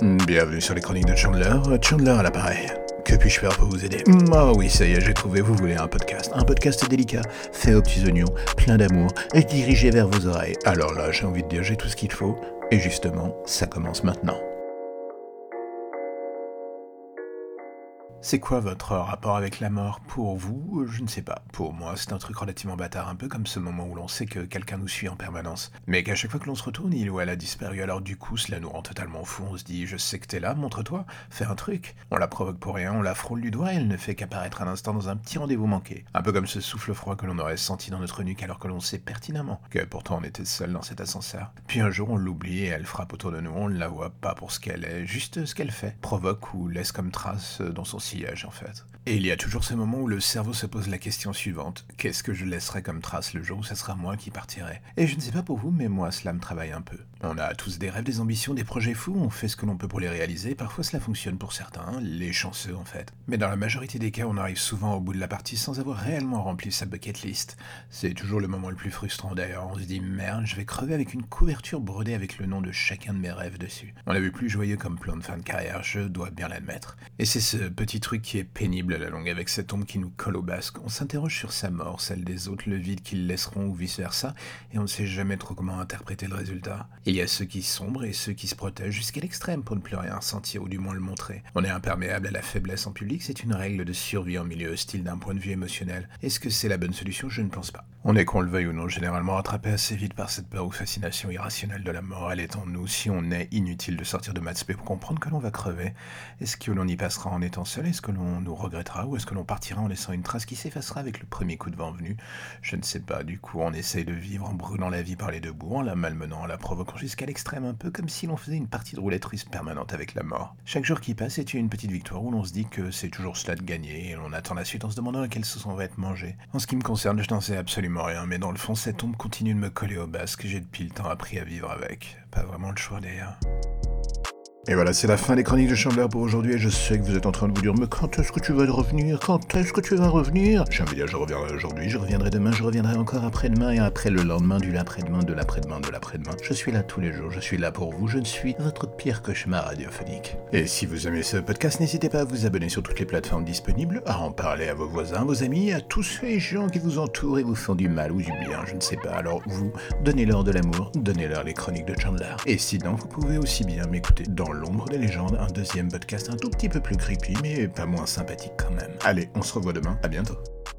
Bienvenue sur les chroniques de Chandler, Chandler à l'appareil. Que puis-je faire pour vous aider? Ah oui, ça y est, j'ai trouvé, vous voulez un podcast délicat, fait aux petits oignons, plein d'amour, et dirigé vers vos oreilles. Alors là, j'ai envie de dire, j'ai tout ce qu'il faut, et justement, ça commence maintenant. C'est quoi votre rapport avec la mort? Pour vous, je ne sais pas. Pour moi, c'est un truc relativement bâtard, un peu comme ce moment où l'on sait que quelqu'un nous suit en permanence. Mais qu'à chaque fois que l'on se retourne, il ou elle a disparu, alors du coup, cela nous rend totalement fou. On se dit, je sais que t'es là, montre-toi, fais un truc. On la provoque pour rien, on la frôle du doigt et elle ne fait qu'apparaître un instant dans un petit rendez-vous manqué. Un peu comme ce souffle froid que l'on aurait senti dans notre nuque alors que l'on sait pertinemment que pourtant on était seul dans cet ascenseur. Puis un jour, on l'oublie et elle frappe autour de nous, on ne la voit pas pour ce qu'elle est, juste ce qu'elle fait. Provoque ou laisse comme trace dans son sillage en fait. Et il y a toujours ce moment où le cerveau se pose la question suivante. Qu'est-ce que je laisserai comme trace le jour où ça sera moi qui partirai? Et je ne sais pas pour vous, mais moi cela me travaille un peu. On a tous des rêves, des ambitions, des projets fous, on fait ce que l'on peut pour les réaliser, parfois cela fonctionne pour certains, les chanceux en fait. Mais dans la majorité des cas, on arrive souvent au bout de la partie sans avoir réellement rempli sa bucket list. C'est toujours le moment le plus frustrant d'ailleurs, on se dit merde, je vais crever avec une couverture brodée avec le nom de chacun de mes rêves dessus. On l'a vu plus joyeux comme plan de fin de carrière, je dois bien l'admettre. Et c'est ce petit truc qui est pénible à la longue avec cette ombre qui nous colle au basque. On s'interroge sur sa mort, celle des autres, le vide qu'ils laisseront ou vice versa, et on ne sait jamais trop comment interpréter le résultat. Il y a ceux qui sombrent et ceux qui se protègent jusqu'à l'extrême pour ne plus rien ressentir ou du moins le montrer. On est imperméable à la faiblesse en public, c'est une règle de survie en milieu hostile d'un point de vue émotionnel. Est-ce que c'est la bonne solution? Je ne pense pas. On est, qu'on le veuille ou non, généralement rattrapé assez vite par cette peur ou fascination irrationnelle de la mort. Elle est en nous. Si on est, inutile de sortir de maths spé pour comprendre que l'on va crever. Est-ce que l'on y passera en étant seul? Est-ce que l'on nous regrettera? Ou est-ce que l'on partira en laissant une trace qui s'effacera avec le premier coup de vent venu? Je ne sais pas. Du coup, on essaye de vivre en brûlant la vie par les deux bouts, en la malmenant, en la provoquant jusqu'à l'extrême, un peu comme si l'on faisait une partie de roulette russe permanente avec la mort. Chaque jour qui passe est une petite victoire où l'on se dit que c'est toujours cela de gagner et l'on attend la suite en se demandant à quelle sauce on va être mangé. En ce qui me concerne, je n'en sais absolument rien, mais dans le fond, cette ombre continue de me coller au basque. J'ai depuis le temps appris à vivre avec. Pas vraiment le choix d'ailleurs. Et voilà, c'est la fin des chroniques de Chandler pour aujourd'hui, et je sais que vous êtes en train de vous dire « Mais quand est-ce que tu vas revenir? Quand est-ce que tu vas revenir ?» J'ai envie de dire, je reviendrai aujourd'hui, je reviendrai demain, je reviendrai encore après-demain, et après le lendemain, du l'après-demain, de l'après-demain, de l'après-demain. Je suis là tous les jours, je suis là pour vous, je ne suis votre pire cauchemar radiophonique. Et si vous aimez ce podcast, n'hésitez pas à vous abonner sur toutes les plateformes disponibles, à en parler à vos voisins, vos amis, à tous ces gens qui vous entourent et vous font du mal ou du bien, je ne sais pas. Alors vous, donnez-leur de l'amour, donnez-leur les chroniques de Chandler. Et sinon, vous pouvez aussi bien m'écouter dans l'ombre des légendes, un deuxième podcast un tout petit peu plus creepy, mais pas moins sympathique quand même. Allez, on se revoit demain, à bientôt.